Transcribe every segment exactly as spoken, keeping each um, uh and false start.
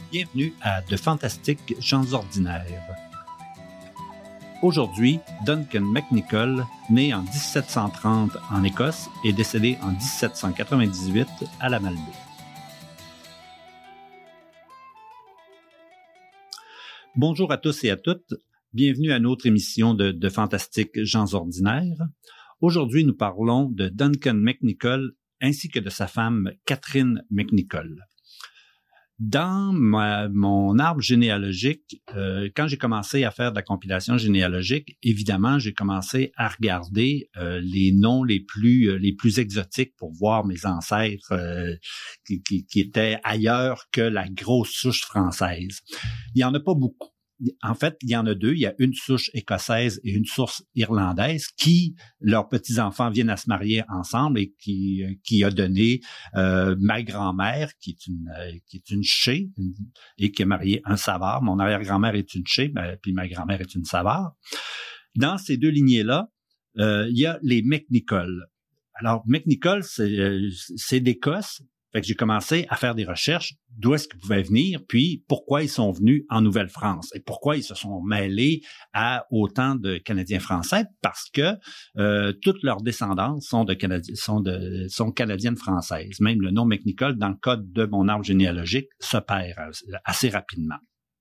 Bienvenue à De fantastiques gens ordinaires. Aujourd'hui, Duncan McNicoll, né en dix-sept cent trente en Écosse et décédé en dix-sept cent quatre-vingt-dix-huit à la Malbaie. Bonjour à tous et à toutes. Bienvenue à notre émission de, de fantastiques gens ordinaires. Aujourd'hui, nous parlons de Duncan McNicoll ainsi que de sa femme Catherine McNicoll. Dans ma, mon arbre généalogique, euh, quand j'ai commencé à faire de la compilation généalogique, évidemment, j'ai commencé à regarder euh, les noms les plus euh, les plus exotiques pour voir mes ancêtres euh, qui, qui, qui étaient ailleurs que la grosse souche française. Il y en a pas beaucoup. En fait, il y en a deux. Il y a une souche écossaise et une souche irlandaise qui, leurs petits-enfants viennent à se marier ensemble et qui qui a donné euh, ma grand-mère, qui est une euh, qui est une Shea et qui a marié un Savard. Mon arrière-grand-mère est une Shea, ben, puis ma grand-mère est une Savard. Dans ces deux lignées-là, euh, il y a les McNicoll. Alors, McNicoll, c'est, euh, c'est d'Écosse. Fait que j'ai commencé à faire des recherches d'où est-ce qu'ils pouvaient venir, puis pourquoi ils sont venus en Nouvelle-France et pourquoi ils se sont mêlés à autant de Canadiens français, parce que euh, toute leur descendance sont de Canadi- sont de sont canadiennes françaises. Même le nom McNicoll, dans le cas de mon arbre généalogique, se perd assez rapidement.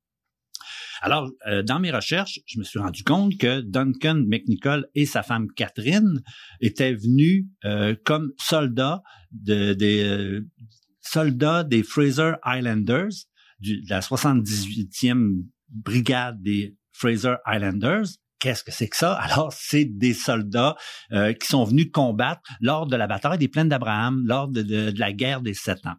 Alors, euh, dans mes recherches, je me suis rendu compte que Duncan McNicoll et sa femme Catherine étaient venus euh, comme soldats de, des euh, soldats des Fraser Highlanders, du, de la soixante-dix-huitième brigade des Fraser Highlanders. Qu'est-ce que c'est que ça? Alors, c'est des soldats euh, qui sont venus combattre lors de la bataille des Plaines d'Abraham, lors de, de, de la guerre des Sept Ans.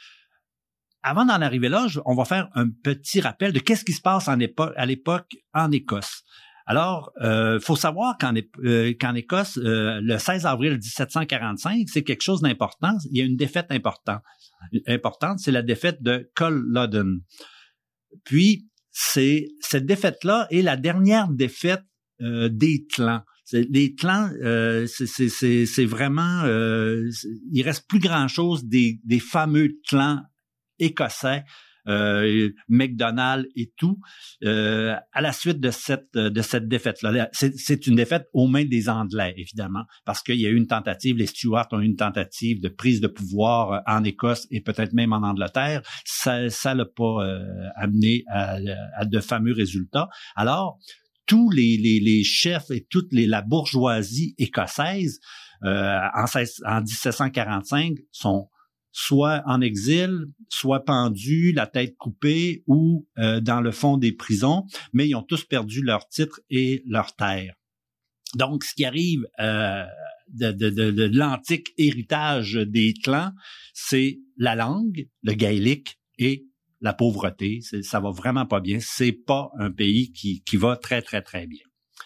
Avant d'en arriver là, on va faire un petit rappel de qu'est-ce qui se passe en épo- à l'époque en Écosse. Alors, euh, faut savoir qu'en, euh, qu'en Écosse, euh, le seize avril dix-sept cent quarante-cinq, c'est quelque chose d'important. Il y a une défaite importante. Importante, c'est la défaite de Culloden. Puis, c'est cette défaite-là est la dernière défaite euh, des clans. C'est, les clans, euh, c'est, c'est, c'est, c'est vraiment, euh, c'est, il reste plus grand-chose des, des fameux clans écossais, euh, McDonald et tout, euh, à la suite de cette de cette défaite-là. C'est, c'est une défaite aux mains des Anglais, évidemment, parce qu'il y a eu une tentative, les Stuarts ont eu une tentative de prise de pouvoir en Écosse et peut-être même en Angleterre. Ça ça l'a pas euh, amené à, à de fameux résultats. Alors, tous les les, les chefs et toute les, la bourgeoisie écossaise euh, en, en dix-sept cent quarante-cinq sont soit en exil, soit pendus, la tête coupée ou euh, dans le fond des prisons, mais ils ont tous perdu leur titre et leur terre. Donc, ce qui arrive euh, de, de, de, de l'antique héritage des clans, c'est la langue, le gaélique et la pauvreté. C'est, ça va vraiment pas bien. C'est pas un pays qui, qui va très, très, très bien.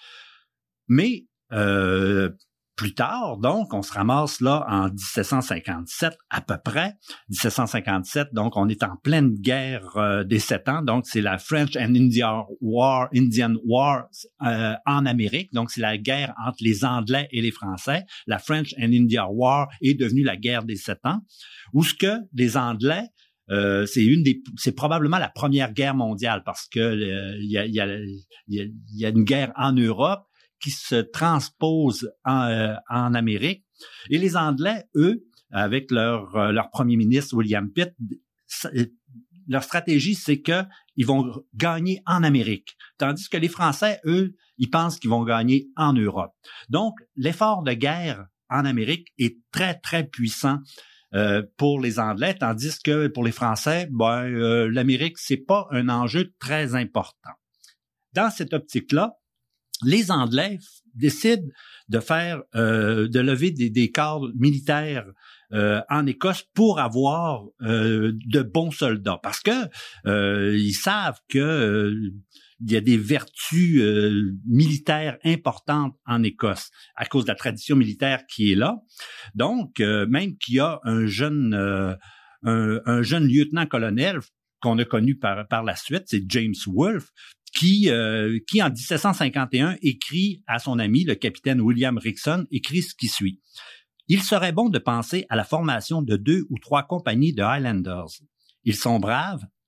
Mais euh, plus tard, donc, on se ramasse là en dix-sept cent cinquante-sept à peu près. dix-sept cent cinquante-sept, donc on est en pleine guerre euh, des Sept Ans. Donc, c'est la French and Indian War, Indian War euh, en Amérique. Donc, c'est la guerre entre les Anglais et les Français. La French and Indian War est devenue la guerre des Sept Ans, où ce que les Anglais Euh, c'est une des, c'est probablement la première guerre mondiale parce que euh, il y a, il y a, il y a une guerre en Europe qui se transpose en, euh, en Amérique. Et les Anglais, eux, avec leur euh, leur premier ministre William Pitt, ça, leur stratégie, c'est que ils vont gagner en Amérique, tandis que les Français, eux, ils pensent qu'ils vont gagner en Europe. Donc, l'effort de guerre en Amérique est très, très puissant euh, pour les Anglais, tandis que pour les Français, ben, euh, l'Amérique, c'est pas un enjeu très important. Dans cette optique-là, les Anglais décident de faire, euh, de lever des, des cadres militaires euh, en Écosse pour avoir euh, de bons soldats, parce que euh, ils savent que euh, il y a des vertus euh, militaires importantes en Écosse à cause de la tradition militaire qui est là. Donc, euh, même qu'il y a un jeune, euh, un, un jeune lieutenant-colonel qu'on a connu par par la suite, c'est James Wolfe, qui, euh, qui en dix-sept cent cinquante et un écrit à son ami, le capitaine William Rickson, écrit ce qui suit. « Il serait bon de penser à la formation de deux ou trois compagnies de Highlanders. Ils sont braves,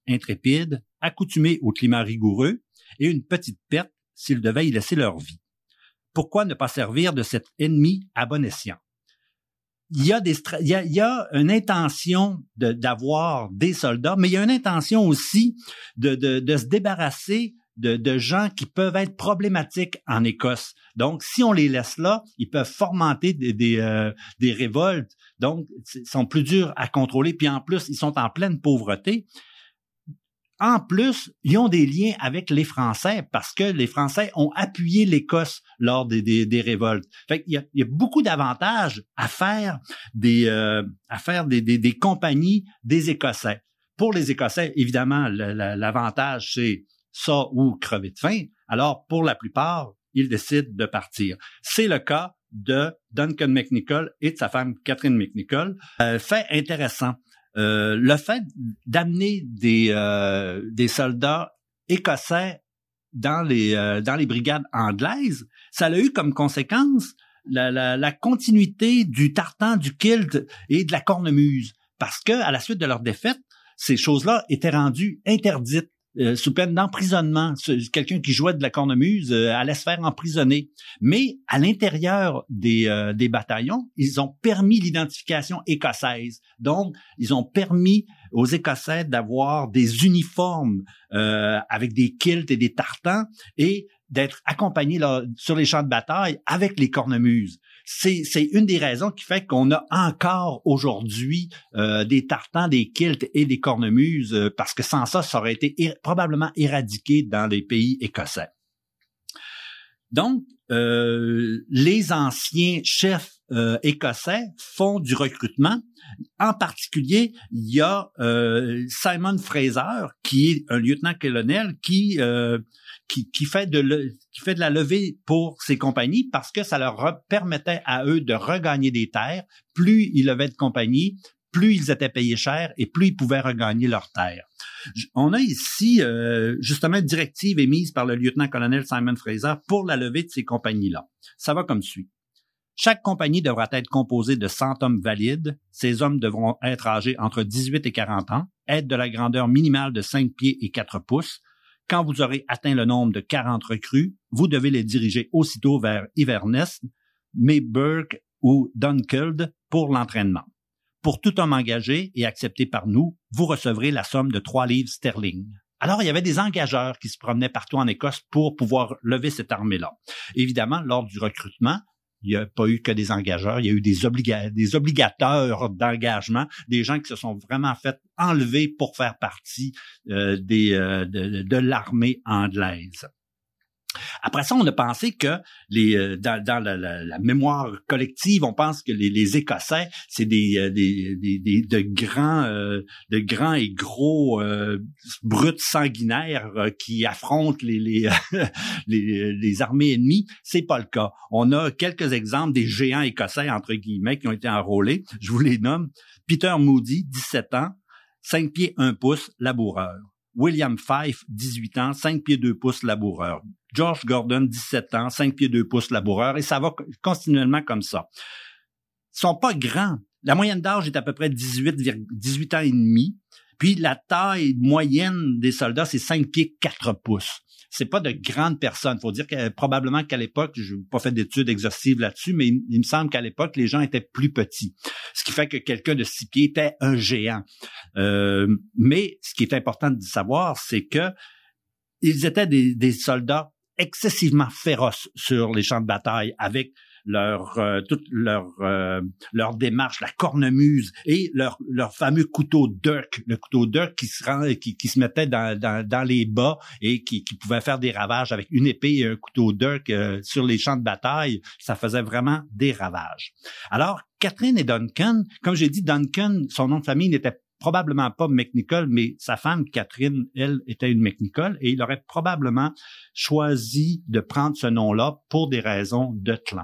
intrépides, accoutumés au climat rigoureux, et une petite perte s'ils devaient y laisser leur vie. Pourquoi ne pas servir de cet ennemi à bon escient? Il y a des, il y a, il y a une intention de, d'avoir des soldats, mais il y a une intention aussi de, de, de se débarrasser de, de gens qui peuvent être problématiques en Écosse. Donc, si on les laisse là, ils peuvent fomenter des, des, euh, des révoltes. Donc, ils sont plus durs à contrôler. Puis en plus, ils sont en pleine pauvreté. En plus, ils ont des liens avec les Français parce que les Français ont appuyé l'Écosse lors des, des, des révoltes. Fait qu'il y a, il y a beaucoup d'avantages à faire des, euh, à faire des, des, des compagnies des Écossais. Pour les Écossais, évidemment, le, le, l'avantage, c'est ça ou crever de faim. Alors, pour la plupart, ils décident de partir. C'est le cas de Duncan McNicoll et de sa femme Catherine McNicoll. Euh, fait intéressant. Euh, le fait d'amener des euh, des soldats écossais dans les euh, dans les brigades anglaises, ça a eu comme conséquence la, la, la continuité du tartan, du kilt et de la cornemuse, parce que à la suite de leur défaite, ces choses-là étaient rendues interdites. Euh, sous peine d'emprisonnement. Quelqu'un qui jouait de la cornemuse euh, allait se faire emprisonner. Mais à l'intérieur des, euh, des bataillons, ils ont permis l'identification écossaise. Donc, ils ont permis aux Écossais d'avoir des uniformes euh, avec des kilts et des tartans et d'être accompagnés là, sur les champs de bataille avec les cornemuses. C'est, c'est une des raisons qui fait qu'on a encore aujourd'hui euh, des tartans, des kilts et des cornemuses, euh, parce que sans ça, ça aurait été ir- probablement éradiqué dans les pays écossais. Donc, euh, les anciens chefs euh, écossais font du recrutement. En particulier, il y a euh, Simon Fraser, qui est un lieutenant-colonel qui euh, qui, qui fait de le, qui fait de la levée pour ces compagnies parce que ça leur re- permettait à eux de regagner des terres. Plus ils levaient de compagnies, plus ils étaient payés cher et plus ils pouvaient regagner leurs terres. On a ici euh, justement une directive émise par le lieutenant-colonel Simon Fraser pour la levée de ces compagnies-là. Ça va comme suit. Chaque compagnie devra être composée de cent hommes valides. Ces hommes devront être âgés entre dix-huit et quarante ans, être de la grandeur minimale de cinq pieds et quatre pouces. Quand vous aurez atteint le nombre de quarante recrues, vous devez les diriger aussitôt vers Inverness, Mayburg ou Dunkeld pour l'entraînement. Pour tout homme engagé et accepté par nous, vous recevrez la somme de trois livres sterling. Alors, il y avait des engageurs qui se promenaient partout en Écosse pour pouvoir lever cette armée-là. Évidemment, lors du recrutement, il n'y a pas eu que des engageurs, il y a eu des, obliga- des obligateurs d'engagement, des gens qui se sont vraiment fait enlever pour faire partie euh, des, euh, de, de l'armée anglaise. Après ça, on a pensé que les euh, dans, dans la, la, la mémoire collective, on pense que les, les Écossais, c'est des, euh, des, des, des de grands euh, de grands et gros euh, brutes sanguinaires euh, qui affrontent les les, les les armées ennemies. C'est pas le cas. On a quelques exemples des géants écossais entre guillemets qui ont été enrôlés. Je vous les nomme. Peter Moody, dix-sept ans, cinq pieds un pouce, laboureur. William Fife, dix-huit ans, cinq pieds deux pouces, laboureur. George Gordon, dix-sept ans, cinq pieds deux pouces, laboureur. Et ça va continuellement comme ça. Ils sont pas grands. La moyenne d'âge est à peu près dix-huit, dix-huit ans et demi. Puis la taille moyenne des soldats, c'est cinq pieds quatre pouces. C'est pas de grandes personnes. Faut dire que probablement qu'à l'époque, je n'ai pas fait d'études exhaustives là-dessus, mais il, il me semble qu'à l'époque, les gens étaient plus petits. Ce qui fait que quelqu'un de six pieds était un géant. Euh, mais ce qui est important de savoir, c'est que ils étaient des, des soldats excessivement féroces sur les champs de bataille avec leur euh, toute leur euh, leur démarche, la cornemuse et leur leur fameux couteau dirk, le couteau dirk qui se rend, qui, qui se mettait dans, dans dans les bas et qui qui pouvait faire des ravages avec une épée et un couteau dirk euh, sur les champs de bataille, ça faisait vraiment des ravages. Alors Catherine et Duncan, comme j'ai dit, Duncan, son nom de famille n'était probablement pas McNicoll, mais sa femme Catherine, elle, était une McNicoll et il aurait probablement choisi de prendre ce nom-là pour des raisons de clan.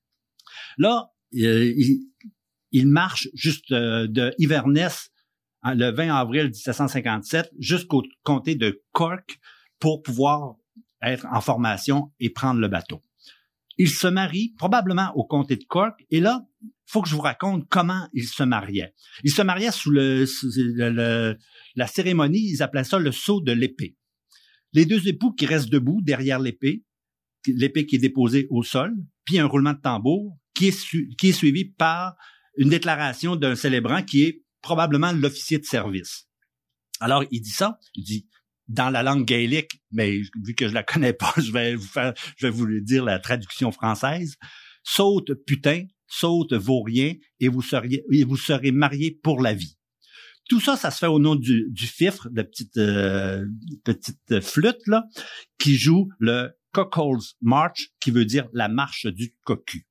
Là, euh, il, il marche juste euh, de Inverness hein, le vingt avril dix-sept cent cinquante-sept jusqu'au comté de Cork pour pouvoir être en formation et prendre le bateau. Il se marie probablement au comté de Cork et là, faut que je vous raconte comment ils se mariaient. Ils se mariaient sous le, sous le, le la cérémonie, ils appelaient ça le saut de l'épée. Les deux époux qui restent debout derrière l'épée, l'épée qui est déposée au sol, puis un roulement de tambour qui est, su, qui est suivi par une déclaration d'un célébrant qui est probablement l'officier de service. Alors, il dit ça, il dit dans la langue gaélique, mais vu que je la connais pas, je vais vous faire, je vais vous dire la traduction française. Saute putain, saute vaurien, et vous seriez, et vous serez mariés pour la vie. Tout ça, ça se fait au nom du, du fifre, de petite, euh, petite flûte, là, qui joue le Cuckold's March, qui veut dire la marche du cocu.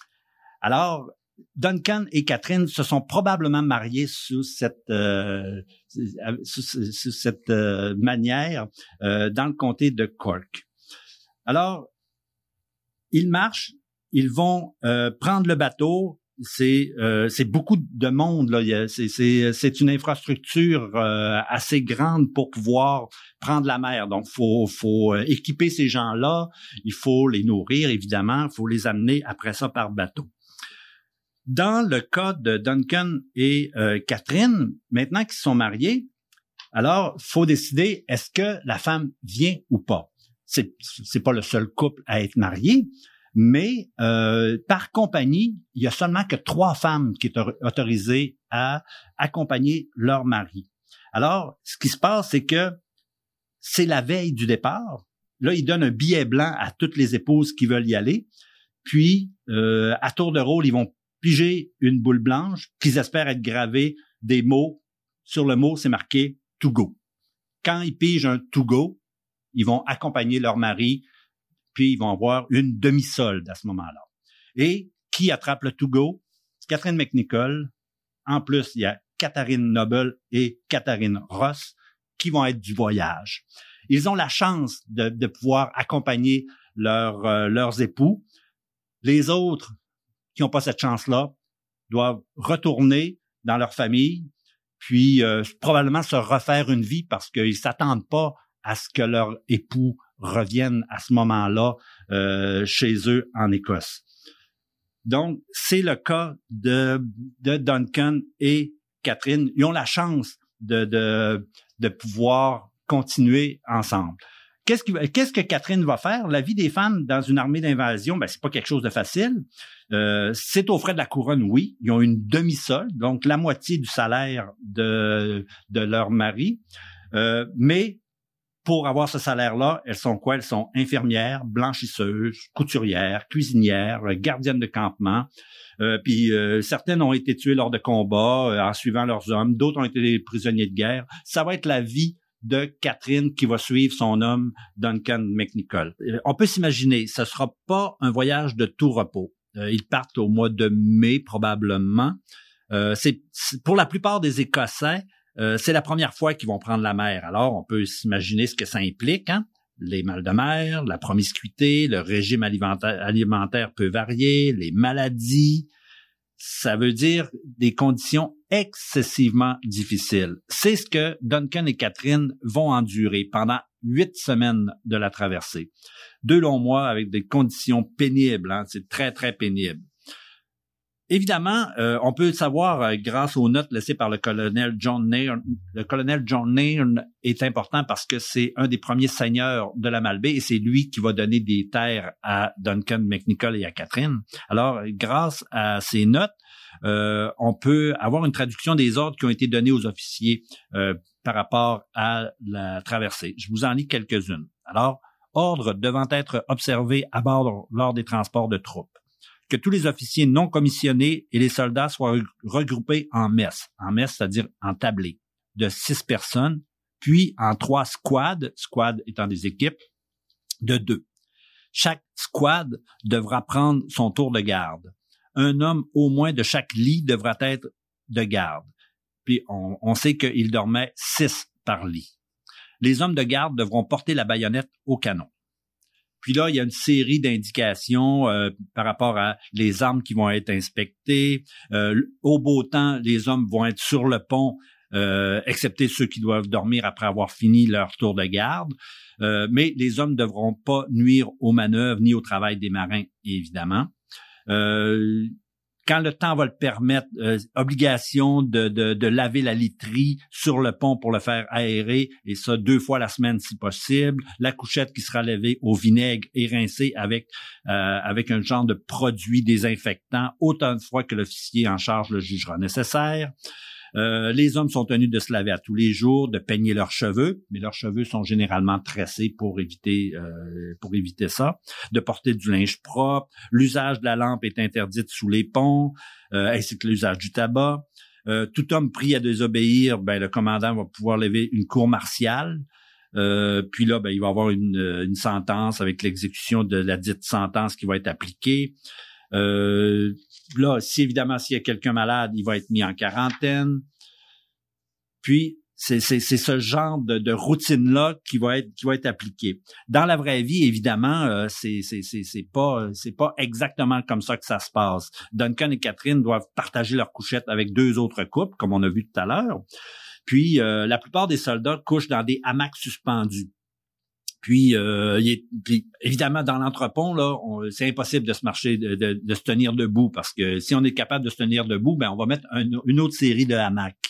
Alors, Duncan et Catherine se sont probablement mariés sous cette, euh, sous, sous cette euh, manière euh, dans le comté de Cork. Alors, ils marchent, ils vont euh, prendre le bateau. C'est euh, c'est beaucoup de monde là. Il y a, c'est c'est c'est une infrastructure euh, assez grande pour pouvoir prendre la mer. Donc faut faut équiper ces gens-là. Il faut les nourrir évidemment. Il faut les amener après ça par bateau. Dans le cas de Duncan et euh, Catherine, maintenant qu'ils sont mariés, alors faut décider est-ce que la femme vient ou pas. C'est c'est pas le seul couple à être marié. Mais euh, par compagnie, il y a seulement que trois femmes qui sont autorisées à accompagner leur mari. Alors, ce qui se passe, c'est que c'est la veille du départ. Là, ils donnent un billet blanc à toutes les épouses qui veulent y aller. Puis, euh, à tour de rôle, ils vont piger une boule blanche qu'ils espèrent être gravés des mots. Sur le mot, c'est marqué « to go ». Quand ils pigent un « to go », ils vont accompagner leur mari, puis ils vont avoir une demi-solde à ce moment-là. Et qui attrape le to go? Catherine McNicoll. En plus, il y a Catherine Noble et Catherine Ross qui vont être du voyage. Ils ont la chance de, de pouvoir accompagner leur, euh, leurs époux. Les autres qui n'ont pas cette chance-là doivent retourner dans leur famille, puis euh, probablement se refaire une vie parce qu'ils s'attendent pas à ce que leur époux reviennent à ce moment-là euh, chez eux en Écosse. Donc, c'est le cas de, de Duncan et Catherine. Ils ont la chance de, de, de pouvoir continuer ensemble. Qu'est-ce, qui, qu'est-ce que Catherine va faire? La vie des femmes dans une armée d'invasion, ben c'est pas quelque chose de facile. Euh, c'est aux frais de la couronne, oui. Ils ont une demi-solde, donc la moitié du salaire de, de leur mari. Euh, mais pour avoir ce salaire-là, elles sont quoi? Elles sont infirmières, blanchisseuses, couturières, cuisinières, gardiennes de campement. Euh, puis euh, certaines ont été tuées lors de combats euh, en suivant leurs hommes. D'autres ont été des prisonniers de guerre. Ça va être la vie de Catherine qui va suivre son homme, Duncan McNicoll. On peut s'imaginer, ce sera pas un voyage de tout repos. Euh, ils partent au mois de mai probablement. Euh, c'est, c'est pour la plupart des Écossais. Euh, c'est la première fois qu'ils vont prendre la mer. Alors, on peut s'imaginer ce que ça implique, hein? Les mal de mer, la promiscuité, le régime alimentaire, alimentaire peut varier, les maladies. Ça veut dire des conditions excessivement difficiles. C'est ce que Duncan et Catherine vont endurer pendant huit semaines de la traversée. Deux longs mois avec des conditions pénibles, hein? C'est très, très pénible. Évidemment, euh, on peut le savoir euh, grâce aux notes laissées par le colonel John Nairn. Le colonel John Nairn est important parce que c'est un des premiers seigneurs de la Malbaie et c'est lui qui va donner des terres à Duncan McNicoll et à Catherine. Alors, grâce à ces notes, euh, on peut avoir une traduction des ordres qui ont été donnés aux officiers euh, par rapport à la traversée. Je vous en lis quelques-unes. Alors, ordre devant être observé à bord lors des transports de troupes. Que tous les officiers non commissionnés et les soldats soient regroupés en messes. En messes, c'est-à-dire en tablées, de six personnes, puis en trois squads, squads étant des équipes, de deux. Chaque squad devra prendre son tour de garde. Un homme au moins de chaque lit devra être de garde. Puis on, on sait qu'il dormait six par lit. Les hommes de garde devront porter la baïonnette au canon. Puis là, il y a une série d'indications euh, par rapport à les armes qui vont être inspectées. Euh, au beau temps, les hommes vont être sur le pont, euh, excepté ceux qui doivent dormir après avoir fini leur tour de garde. Euh, mais les hommes ne devront pas nuire aux manœuvres ni au travail des marins, évidemment. Euh, quand le temps va le permettre, euh, obligation de, de, de laver la literie sur le pont pour le faire aérer, et ça deux fois la semaine si possible. La couchette qui sera lavée au vinaigre et rincée avec euh, avec un genre de produit désinfectant autant de fois que l'officier en charge le jugera nécessaire. Euh, les hommes sont tenus de se laver à tous les jours, de peigner leurs cheveux, mais leurs cheveux sont généralement tressés pour éviter euh, pour éviter ça, de porter du linge propre. L'usage de la lampe est interdite sous les ponts, euh, ainsi que l'usage du tabac. Euh, tout homme pris à désobéir, ben le commandant va pouvoir lever une cour martiale. Euh, puis là, ben il va y avoir une, une sentence avec l'exécution de la dite sentence qui va être appliquée. Euh, là, si évidemment s'il y a quelqu'un malade, il va être mis en quarantaine. Puis c'est c'est c'est ce genre de, de routine là qui va être qui va être appliqué. Dans la vraie vie, évidemment, euh, c'est c'est c'est c'est pas c'est pas exactement comme ça que ça se passe. Duncan et Catherine doivent partager leur couchette avec deux autres couples, comme on a vu tout à l'heure. Puis euh, la plupart des soldats couchent dans des hamacs suspendus. Puis, euh, il est, puis évidemment, dans l'entrepont, là, on, c'est impossible de se marcher, de, de, de se tenir debout, parce que si on est capable de se tenir debout, ben on va mettre un, une autre série de hamacs.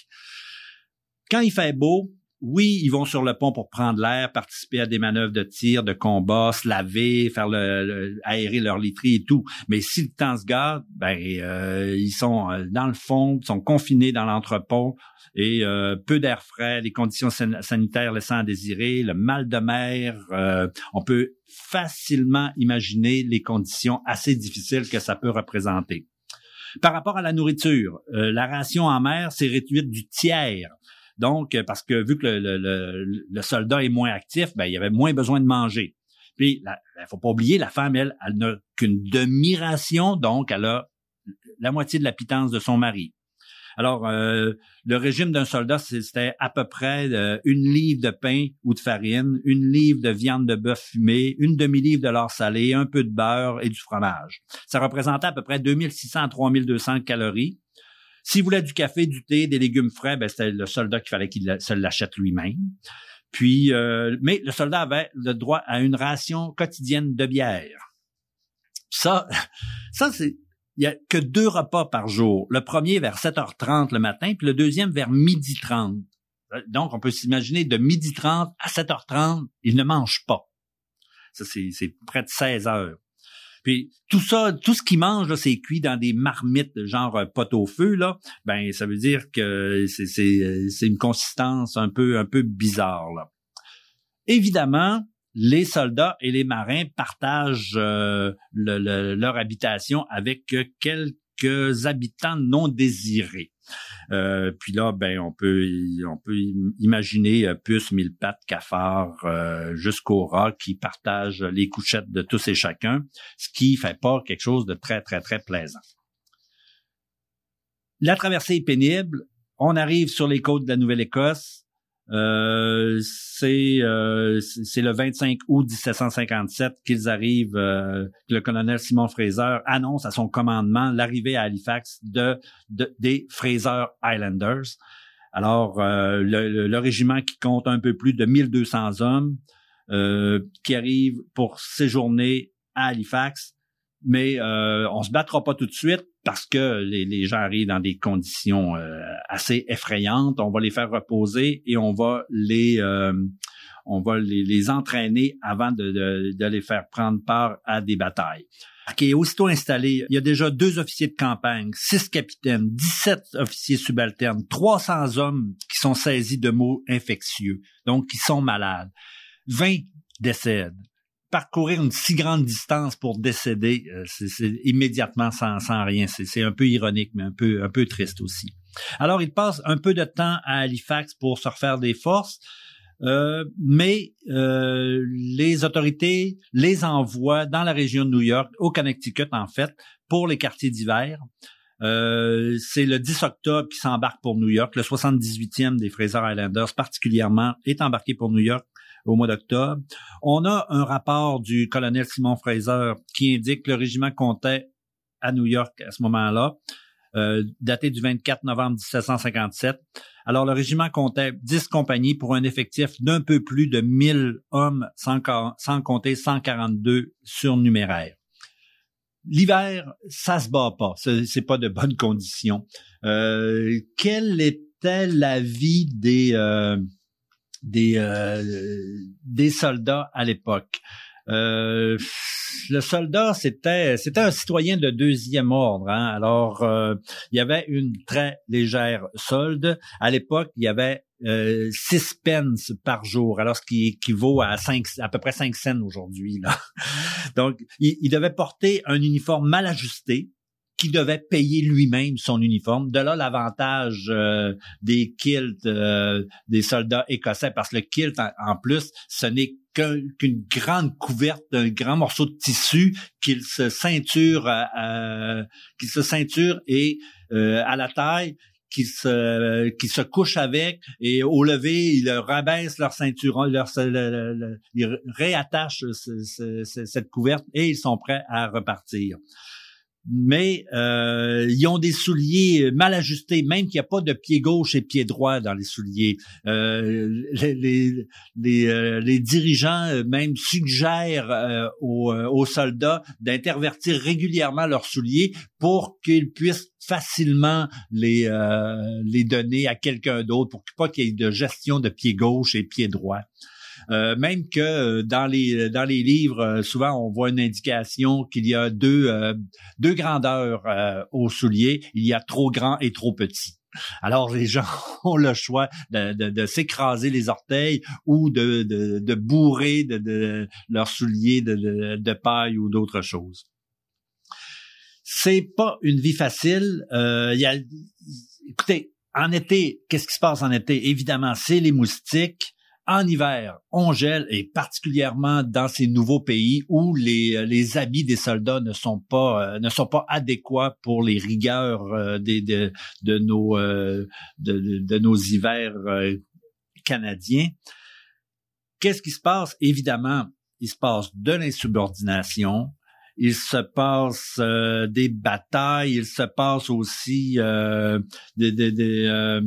Quand il fait beau, oui, ils vont sur le pont pour prendre l'air, participer à des manœuvres de tir, de combat, se laver, faire le, le aérer leur literie et tout. Mais si le temps se garde, ben euh, ils sont dans le fond, ils sont confinés dans l'entrepôt et euh, peu d'air frais, les conditions san- sanitaires laissant à désirer, le mal de mer. Euh, on peut facilement imaginer les conditions assez difficiles que ça peut représenter. Par rapport à la nourriture, euh, la ration en mer s'est réduite du tiers. Donc, parce que vu que le, le, le, le soldat est moins actif, ben il y avait moins besoin de manger. Puis, il faut pas oublier, la femme, elle, elle n'a qu'une demi-ration, donc elle a la moitié de la pitance de son mari. Alors, euh, le régime d'un soldat, c'était à peu près euh, une livre de pain ou de farine, une livre de viande de bœuf fumée, une demi-livre de lard salé, un peu de beurre et du fromage. Ça représentait à peu près deux mille six cents à trois mille deux cents calories. S'il voulait du café, du thé, des légumes frais, ben c'était le soldat qu'il fallait qu'il se l'achète lui-même. Puis, euh, mais le soldat avait le droit à une ration quotidienne de bière. Ça, ça c'est, il y a que deux repas par jour. Le premier vers sept heures trente le matin, puis le deuxième vers midi trente. Donc, on peut s'imaginer de midi trente à sept heures trente, il ne mange pas. Ça, c'est, c'est près de seize heures. Puis tout ça, tout ce qu'ils mangent, là, c'est cuit dans des marmites genre euh, pot au feu, là. Ben, ça veut dire que c'est, c'est, c'est une consistance un peu, un peu bizarre, là. Évidemment, les soldats et les marins partagent euh, le, le, leur habitation avec quelques habitants non désirés. Euh, puis là, ben on peut on peut imaginer euh, puces, mille pattes, cafards, euh, jusqu'aux rats qui partagent les couchettes de tous et chacun, ce qui fait pas quelque chose de très très très plaisant. La traversée est pénible. On arrive sur les côtes de la Nouvelle-Écosse. Euh, c'est euh, c'est le vingt-cinq août dix-sept cent cinquante-sept qu'ils arrivent, euh, que le colonel Simon Fraser annonce à son commandement l'arrivée à Halifax de, de des Fraser Highlanders. Alors euh, le, le, le régiment qui compte un peu plus de mille deux cents hommes euh, qui arrivent pour séjourner à Halifax, mais euh, on se battra pas tout de suite parce que les, les gens arrivent dans des conditions euh, assez effrayantes. On va les faire reposer et on va les euh, on va les, les entraîner avant de, de, de les faire prendre part à des batailles. OK, aussitôt installé, il y a déjà deux officiers de campagne, six capitaines, dix-sept officiers subalternes, trois cents hommes qui sont saisis de maux infectieux, donc qui sont malades. vingt décèdent. Parcourir une si grande distance pour décéder, euh, c'est, c'est immédiatement sans, sans rien. C'est, c'est un peu ironique, mais un peu, un peu triste aussi. Alors, il passe un peu de temps à Halifax pour se refaire des forces, euh, mais euh, les autorités les envoient dans la région de New York, au Connecticut en fait, pour les quartiers d'hiver. Euh, c'est le dix octobre qui s'embarque pour New York. Le soixante-dix-huitième des Fraser Highlanders particulièrement est embarqué pour New York au mois d'octobre. On a un rapport du colonel Simon Fraser qui indique que le régiment comptait à New York à ce moment-là, euh, daté du vingt-quatre novembre dix-sept cent cinquante-sept. Alors, le régiment comptait dix compagnies pour un effectif d'un peu plus de mille hommes, sans, sans compter cent quarante-deux surnuméraires. l'hiver, ça se bat pas. C'est, c'est pas de bonnes conditions. Euh, quelle était la vie des euh, des euh, des soldats à l'époque? Euh, le soldat, c'était c'était un citoyen de deuxième ordre. Hein? Alors, euh, il y avait une très légère solde. À l'époque, il y avait euh, six pence par jour, alors ce qui équivaut à cinq, à peu près cinq cents aujourd'hui. Là. Donc, il, il devait porter un uniforme mal ajusté, qui devait payer lui-même son uniforme. De là, l'avantage euh, des kilts euh, des soldats écossais, parce que le kilt, en, en plus, ce n'est qu'un, qu'une grande couverte, un grand morceau de tissu qu'il se ceinture, euh, euh, qu'il se ceinture et euh, à la taille, qui se qui se couchent avec, et au lever ils rabaissent leur ceinturon, leur le, le, le, ils réattachent ce, ce, ce, cette couverte et ils sont prêts à repartir. Mais euh, ils ont des souliers mal ajustés, même qu'il n'y a pas de pied gauche et pied droit dans les souliers. Euh, les les les, euh, les dirigeants même suggèrent euh, aux, aux soldats d'intervertir régulièrement leurs souliers pour qu'ils puissent facilement les euh, les donner à quelqu'un d'autre, pour pas qu'il y ait de gestion de pied gauche et pied droit. Euh, même que dans les dans les livres, souvent on voit une indication qu'il y a deux euh, deux grandeurs euh, aux souliers. Il y a trop grand et trop petit. Alors les gens ont le choix de, de, de s'écraser les orteils ou de, de, de bourrer de, de leurs souliers de, de, de paille ou d'autres choses. C'est pas une vie facile. Euh, il y a, écoutez, en été, qu'est-ce qui se passe en été? Évidemment, c'est les moustiques. En hiver, on gèle, et particulièrement dans ces nouveaux pays où les les habits des soldats ne sont pas euh, ne sont pas adéquats pour les rigueurs euh, des de de nos euh, de, de, de nos hivers euh, canadiens. Qu'est-ce qui se passe? Évidemment, il se passe de l'insubordination. Il se passe euh, des batailles. Il se passe aussi euh, des des, des euh,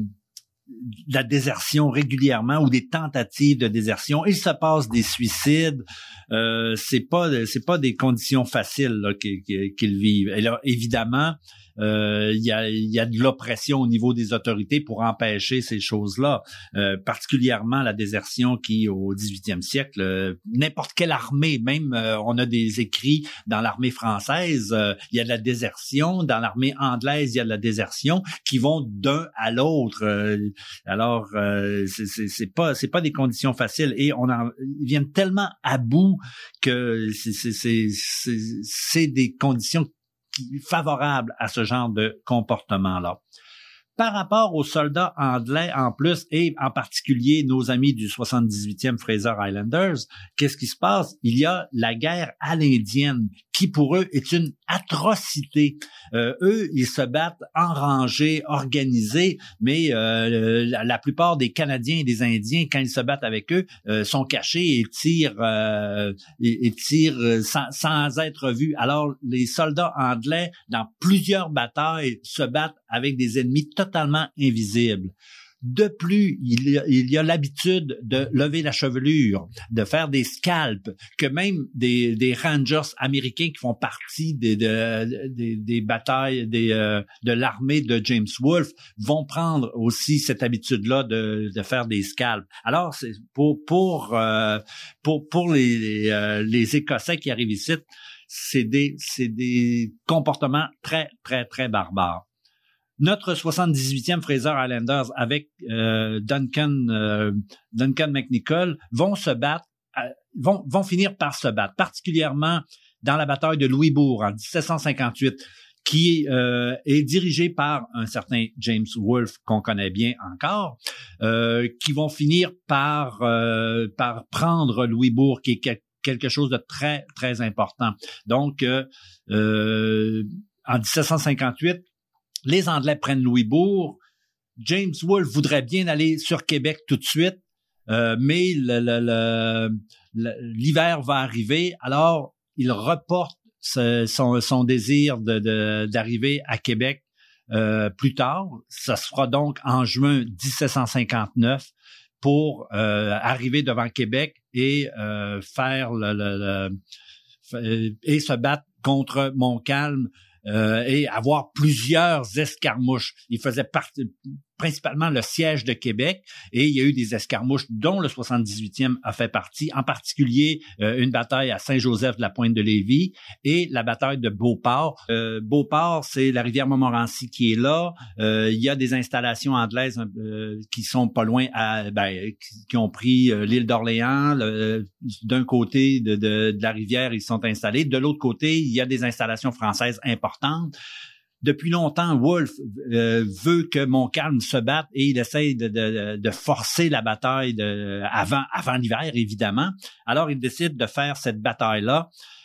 de la désertion régulièrement ou des tentatives de désertion. Il se passe des suicides. Euh, c'est pas c'est pas des conditions faciles là, qu'ils, qu'ils vivent. Et là, évidemment, euh, il y a il y a de l'oppression au niveau des autorités pour empêcher ces choses-là. Euh, particulièrement la désertion qui, au dix-huitième siècle, euh, n'importe quelle armée, même euh, on a des écrits dans l'armée française, euh, il y a de la désertion. Dans l'armée anglaise, il y a de la désertion qui vont d'un à l'autre. Euh, alors, euh, c'est, c'est, c'est pas c'est pas des conditions faciles, et on en ils viennent tellement à bout que c'est c'est c'est c'est, c'est des conditions favorables à ce genre de comportement-là. Par rapport aux soldats anglais en plus, et en particulier nos amis du soixante-dix-huitième Fraser Highlanders, qu'est-ce qui se passe? Il y a la guerre à l'indienne, qui pour eux est une atrocité. Euh, eux, ils se battent en rangée organisée, mais euh, la, la plupart des Canadiens et des Indiens, quand ils se battent avec eux, euh, sont cachés et tirent, euh, et, et tirent sans, sans être vus. Alors, les soldats anglais, dans plusieurs batailles, se battent avec des ennemis totalement invisibles. De plus, il y a, il y a l'habitude de lever la chevelure, de faire des scalps, que même des, des Rangers américains qui font partie des, des, des, des batailles des, euh, de l'armée de James Wolfe vont prendre aussi cette habitude-là de, de faire des scalps. Alors, c'est pour pour euh, pour pour les les, euh, les Écossais qui arrivent ici, c'est des c'est des comportements très très très barbares. Notre soixante-dix-huitième Fraser Highlanders avec euh, Duncan euh, Duncan McNicoll vont se battre, euh, vont vont finir par se battre, particulièrement dans la bataille de Louisbourg en dix-sept cent cinquante-huit, qui euh, est dirigée par un certain James Wolfe qu'on connaît bien encore, euh, qui vont finir par euh, par prendre Louisbourg, qui est quelque chose de très très important. Donc euh, euh, en dix-sept cent cinquante-huit, les Anglais prennent Louisbourg. James Wolfe voudrait bien aller sur Québec tout de suite, euh, mais le, le, le, le, l'hiver va arriver. Alors, il reporte ce, son, son désir de, de, d'arriver à Québec euh, plus tard. Ça se fera donc en juin dix-sept cent cinquante-neuf pour euh, arriver devant Québec et euh, faire le... le, le et se battre contre Montcalm euh, et avoir plusieurs escarmouches. Il faisait partie principalement le siège de Québec, et il y a eu des escarmouches dont le soixante-dix-huitième a fait partie, en particulier euh, une bataille à Saint-Joseph de la Pointe-de-Lévis et la bataille de Beauport. Euh, Beauport, c'est la rivière Montmorency qui est là. Euh, il y a des installations anglaises euh, qui sont pas loin, à, ben, qui, qui ont pris euh, l'île d'Orléans. Le, d'un côté de, de, de la rivière, ils sont installés. De l'autre côté, il y a des installations françaises importantes. Depuis longtemps, Wolfe euh, veut que Montcalm se batte et il essaye de, de, de forcer la bataille de, avant, avant l'hiver, évidemment. Alors, il décide de faire cette bataille-là.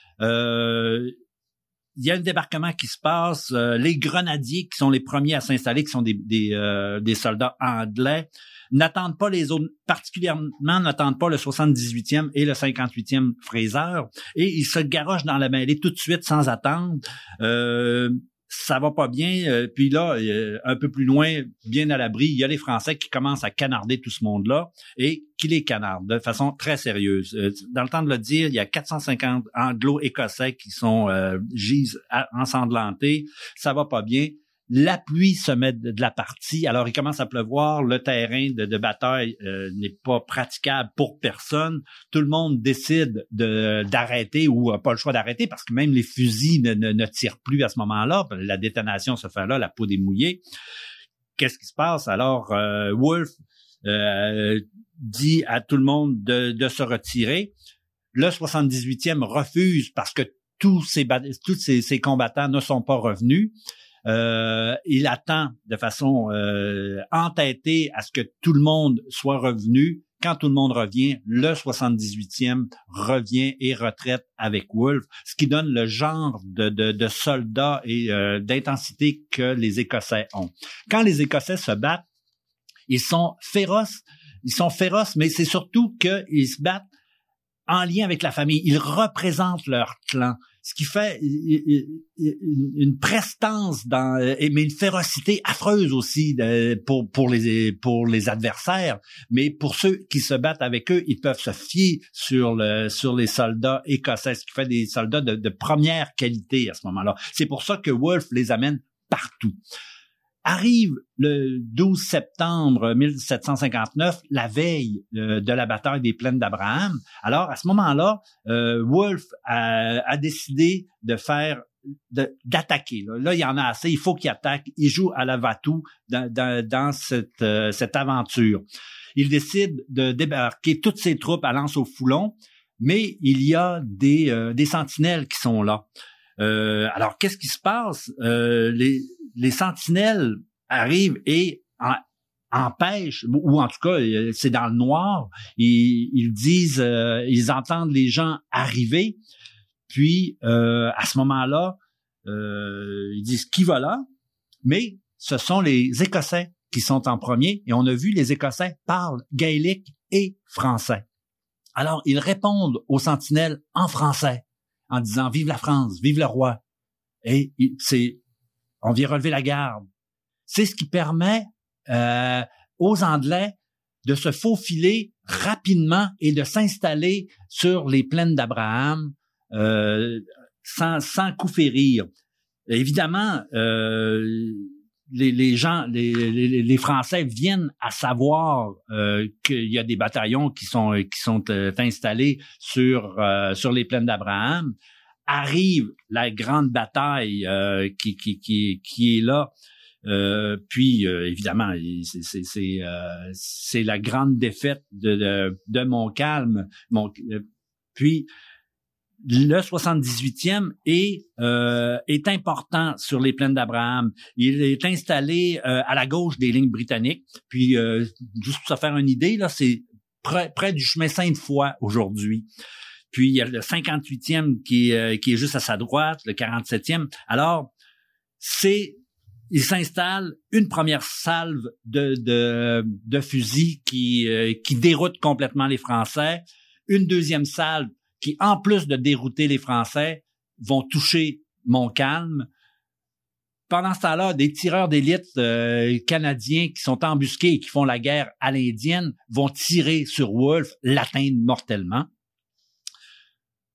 Euh, il y a un débarquement qui se passe. Euh, les grenadiers, qui sont les premiers à s'installer, qui sont des, des, euh, des soldats anglais, n'attendent pas les autres, particulièrement n'attendent pas le soixante-dix-huitième et le cinquante-huitième Fraser, et ils se garochent dans la mêlée tout de suite sans attendre. Euh, ça va pas bien. Euh, puis là, euh, un peu plus loin, bien à l'abri, il y a les Français qui commencent à canarder tout ce monde-là et qui les canardent de façon très sérieuse. Euh, dans le temps de le dire, il y a quatre cent cinquante Anglo-Écossais qui sont euh, gisent ensanglantés. Ça va pas bien. La pluie se met de la partie, alors il commence à pleuvoir, le terrain de, de bataille euh, n'est pas praticable pour personne. Tout le monde décide de d'arrêter ou n'a pas le choix d'arrêter parce que même les fusils ne, ne, ne tirent plus à ce moment-là. La détonation se fait là, la peau est mouillée. Qu'est-ce qui se passe? Alors, euh, Wolfe euh, dit à tout le monde de, de se retirer. Le soixante-dix-huitième refuse parce que tous ces, tous ces, ces combattants ne sont pas revenus. Euh, il attend de façon euh, entêtée à ce que tout le monde soit revenu. Quand tout le monde revient, le soixante-dix-huitième revient et retraite avec Wolfe, ce qui donne le genre de, de, de soldats et euh, d'intensité que les Écossais ont. Quand les Écossais se battent, ils sont féroces, ils sont féroces, mais c'est surtout qu'ils se battent en lien avec la famille. Ils représentent leur clan. Ce qui fait une prestance dans, mais une férocité affreuse aussi pour pour les pour les adversaires. Mais pour ceux qui se battent avec eux, ils peuvent se fier sur le sur les soldats écossais, ce qui fait des soldats de, de première qualité à ce moment-là. C'est pour ça que Wolfe les amène partout. Arrive le douze septembre mille sept cent cinquante-neuf, la veille euh, de la bataille des Plaines d'Abraham. Alors, à ce moment-là, euh, Wolfe a, a décidé de faire, de, d'attaquer. Là. là, il y en a assez, il faut qu'il attaque. Il joue à la va-tout dans, dans, dans cette, euh, cette aventure. Il décide de débarquer toutes ses troupes à Lens-au-Foulon, mais il y a des, euh, des sentinelles qui sont là. Euh, alors, qu'est-ce qui se passe? Euh, les, les sentinelles arrivent et en, empêchent, ou en tout cas, c'est dans le noir, ils, ils disent, euh, ils entendent les gens arriver, puis euh, à ce moment-là, euh, ils disent qui va là? Mais ce sont les Écossais qui sont en premier, et on a vu les Écossais parlent gaélique et français. Alors, ils répondent aux sentinelles en français, en disant « Vive la France, vive le roi ». Et c'est, on vient relever la garde. C'est ce qui permet euh, aux Anglais de se faufiler rapidement et de s'installer sur les plaines d'Abraham euh, sans, sans coup férir. Évidemment, euh, les, les gens, les, les, les Français viennent à savoir euh, qu'il y a des bataillons qui sont qui sont euh, installés sur euh, sur les plaines d'Abraham. Arrive la grande bataille euh, qui qui qui qui est là. Euh, puis euh, évidemment, c'est c'est c'est, euh, c'est la grande défaite de de, de Montcalm. Mon, euh, puis le soixante-dix-huitième est euh, est important sur les plaines d'Abraham. Il est installé euh, à la gauche des lignes britanniques. Puis euh, juste pour se faire une idée, là, c'est près près du chemin Sainte-Foy aujourd'hui. Puis il y a le cinquante-huitième qui est euh, qui est juste à sa droite, le quarante-septième. Alors c'est il s'installe une première salve de de de fusils qui euh, qui déroute complètement les Français, une deuxième salve qui, en plus de dérouter les Français, vont toucher Montcalm. Pendant ce temps-là, des tireurs d'élite euh, canadiens qui sont embusqués et qui font la guerre à l'Indienne vont tirer sur Wolfe, l'atteindre mortellement.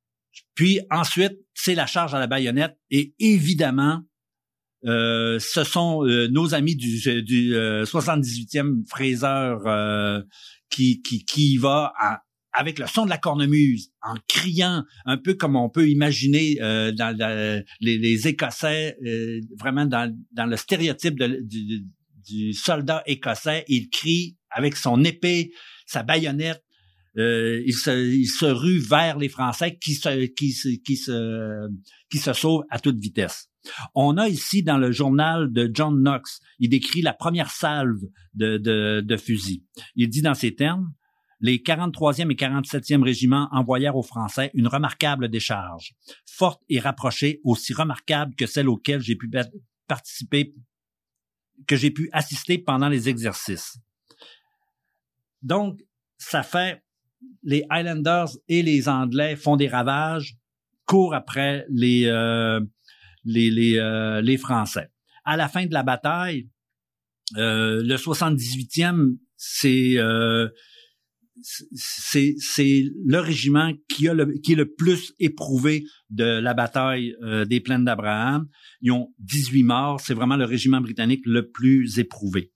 Puis ensuite, c'est la charge à la baïonnette et évidemment, euh, ce sont euh, nos amis du, du euh, soixante-dix-huitième Fraser euh, qui, qui, qui y va à, avec le son de la cornemuse, en criant, un peu comme on peut imaginer euh, dans la, les, les Écossais, euh, vraiment dans, dans le stéréotype de, du, du soldat écossais. Il crie avec son épée, sa baïonnette. Euh, il se, il se rue vers les Français qui se, qui se, qui se, qui se sauvent à toute vitesse. On a ici dans le journal de John Knox, il décrit la première salve de, de, de fusils. Il dit dans ces termes: les quarante-troisième et quarante-septième régiments envoyèrent aux Français une remarquable décharge, forte et rapprochée, aussi remarquable que celle auquel j'ai pu participer, que j'ai pu assister pendant les exercices. Donc, ça fait les Highlanders et les Anglais font des ravages, courent après les euh, les les, euh, les Français. À la fin de la bataille, euh, le soixante-dix-huitième, c'est euh, c'est c'est le régiment qui a le qui est le plus éprouvé de la bataille euh, des Plaines d'Abraham. Ils ont dix-huit morts. C'est vraiment le régiment britannique le plus éprouvé.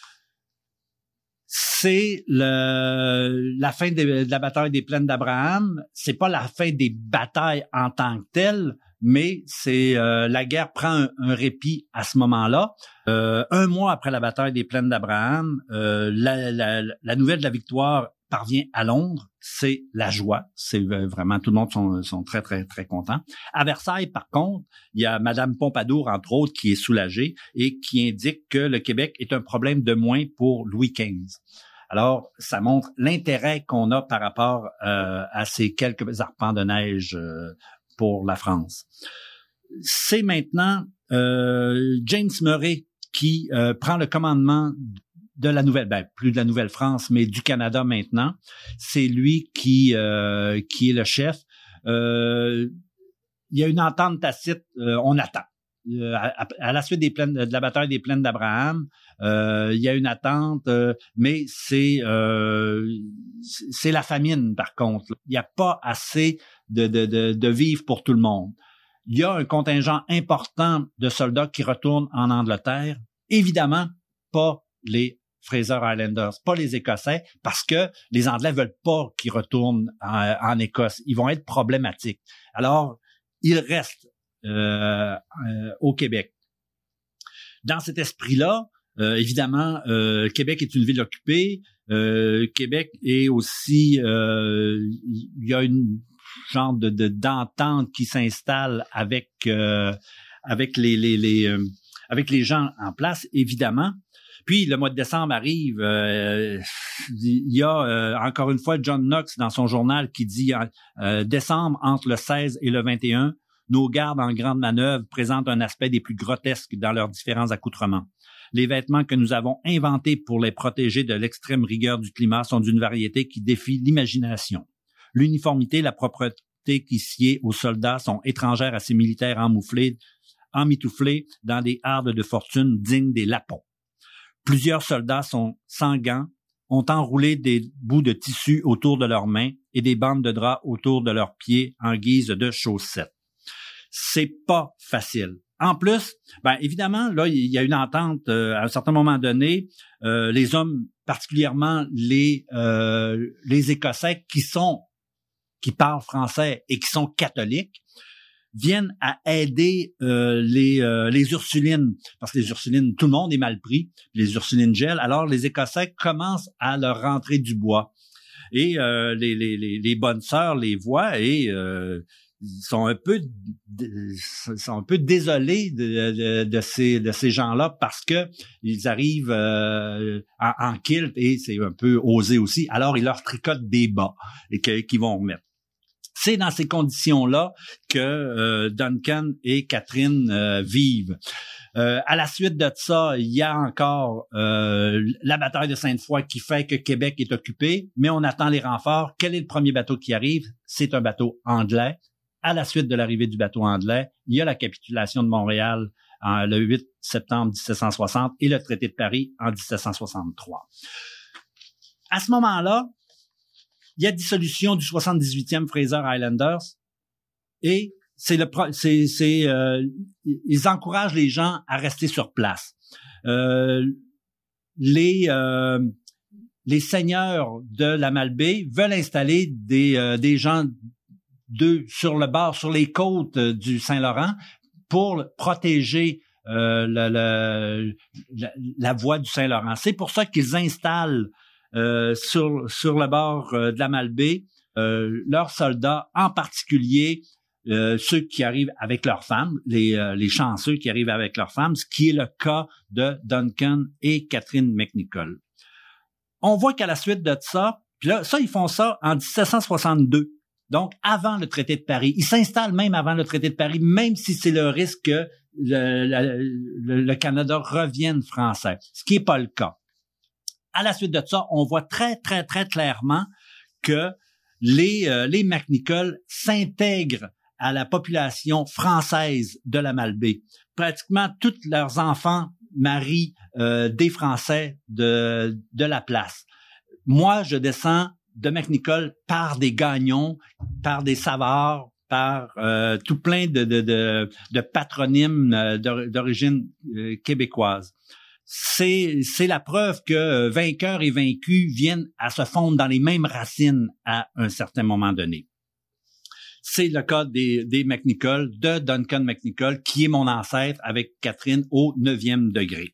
C'est le, la fin de, de la bataille des Plaines d'Abraham. C'est pas la fin des batailles en tant que telle, mais c'est euh, la guerre prend un, un répit à ce moment-là. Euh, un mois après la bataille des Plaines d'Abraham, euh, la, la, la nouvelle de la victoire parvient à Londres. C'est la joie. C'est vraiment, tout le monde sont, sont très, très, très contents. À Versailles, par contre, il y a Madame Pompadour, entre autres, qui est soulagée et qui indique que le Québec est un problème de moins pour Louis quinze. Alors, ça montre l'intérêt qu'on a par rapport euh, à ces quelques arpents de neige euh, pour la France. C'est maintenant euh, James Murray qui euh, prend le commandement de la nouvelle, ben plus de la Nouvelle-France, mais du Canada maintenant. C'est lui qui euh, qui est le chef. Euh, il y a une entente tacite, euh, on attend. Euh, à, à la suite des plaines, de la bataille des Plaines d'Abraham, euh, il y a une attente, euh, mais c'est euh, c'est la famine par contre. Il n'y a pas assez de, de, de, de vivres pour tout le monde. Il y a un contingent important de soldats qui retournent en Angleterre. Évidemment, pas les Fraser Highlanders, pas les Écossais, parce que les Anglais veulent pas qu'ils retournent en, en Écosse. Ils vont être problématiques. Alors, ils restent euh, euh, au Québec. Dans cet esprit-là, euh, évidemment, euh, Québec est une ville occupée. Euh, Québec est aussi, euh, il y a une genre de, de d'entente qui s'installe avec euh, avec les les les euh, avec les gens en place, évidemment. Puis le mois de décembre arrive, euh, il y a euh, encore une fois John Knox dans son journal qui dit euh, décembre entre le seize et le vingt et un, nos gardes en grande manœuvre présentent un aspect des plus grotesques dans leurs différents accoutrements. Les vêtements que nous avons inventés pour les protéger de l'extrême rigueur du climat sont d'une variété qui défie l'imagination. L'uniformité, la propreté qui sied aux soldats sont étrangères à ces militaires emmouflés, emmitouflés dans des hardes de fortune dignes des lapons. Plusieurs soldats sont sans gants, ont enroulé des bouts de tissu autour de leurs mains et des bandes de drap autour de leurs pieds en guise de chaussettes. C'est pas facile. En plus, ben évidemment, là, il y a une entente euh, à un certain moment donné. Euh, les hommes, particulièrement les euh, les Écossais qui sont qui parlent français et qui sont catholiques, viennent à aider euh, les euh, les Ursulines, parce que les Ursulines, tout le monde est mal pris, les Ursulines gèlent, alors les Écossais commencent à leur rentrer du bois. Et euh, les, les, les, les bonnes sœurs les voient et euh, ils sont un peu sont un peu désolés de, de, de ces de ces gens-là parce que ils arrivent euh, en, en kilt et c'est un peu osé aussi. Alors ils leur tricotent des bas et que, qu'ils vont remettre. C'est dans ces conditions-là que euh, Duncan et Catherine euh, vivent. Euh, à la suite de ça, il y a encore euh, la bataille de Sainte-Foy qui fait que Québec est occupé, mais on attend les renforts. Quel est le premier bateau qui arrive? C'est un bateau anglais. À la suite de l'arrivée du bateau anglais, il y a la capitulation de Montréal en, le huit septembre dix-sept cent soixante et le traité de Paris en dix-sept cent soixante-trois. À ce moment-là, il y a dissolution du soixante-dix-huitième Fraser Highlanders et c'est le c'est c'est euh, ils encouragent les gens à rester sur place. Euh, les euh, les seigneurs de la Malbaie veulent installer des euh, des gens de sur le bord, sur les côtes du Saint-Laurent pour protéger euh, le, le, la, la voie du Saint-Laurent. C'est pour ça qu'ils installent euh, sur sur le bord euh, de la Malbaie euh, leurs soldats, en particulier Euh, ceux qui arrivent avec leurs femmes, les, euh, les chanceux qui arrivent avec leurs femmes, ce qui est le cas de Duncan et Catherine McNicoll. On voit qu'à la suite de ça, puis là, ça, ils font ça en dix-sept cent soixante-deux, donc avant le traité de Paris. Ils s'installent même avant le traité de Paris, même si c'est le risque que le, le, le Canada revienne français, ce qui n'est pas le cas. À la suite de ça, on voit très, très, très clairement que les, euh, les McNicoll s'intègrent à la population française de la Malbaie. Pratiquement tous leurs enfants marient euh, des Français de, de la place. Moi, je descends de McNicoll par des Gagnons, par des Savard, par euh, tout plein de, de, de, de patronymes euh, d'origine euh, québécoise. C'est, c'est la preuve que euh, vainqueurs et vaincus viennent à se fondre dans les mêmes racines à un certain moment donné. C'est le cas des, des McNicoll, de Duncan McNicoll, qui est mon ancêtre avec Catherine au neuvième degré.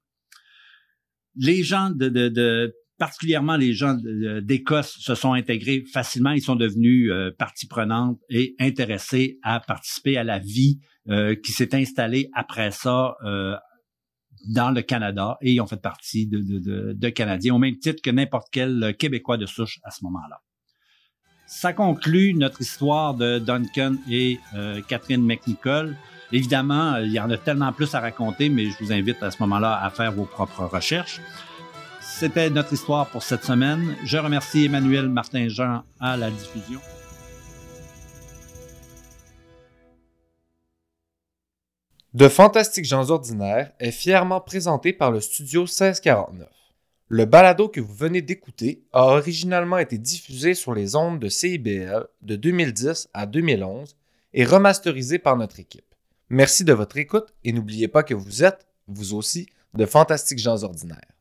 Les gens de, de, de particulièrement les gens d'Écosse se sont intégrés facilement. Ils sont devenus euh, partie prenante et intéressés à participer à la vie euh, qui s'est installée après ça euh, dans le Canada, et ils ont fait partie de, de, de, de Canadiens au même titre que n'importe quel Québécois de souche à ce moment-là. Ça conclut notre histoire de Duncan et euh, Catherine McNicoll. Évidemment, il y en a tellement plus à raconter, mais je vous invite à ce moment-là à faire vos propres recherches. C'était notre histoire pour cette semaine. Je remercie Emmanuel Martin-Jean à la diffusion. De Fantastiques gens ordinaires est fièrement présenté par le studio seize quarante-neuf. Le balado que vous venez d'écouter a originalement été diffusé sur les ondes de C I B L de deux mille dix à deux mille onze et remasterisé par notre équipe. Merci de votre écoute et n'oubliez pas que vous êtes, vous aussi, de fantastiques gens ordinaires.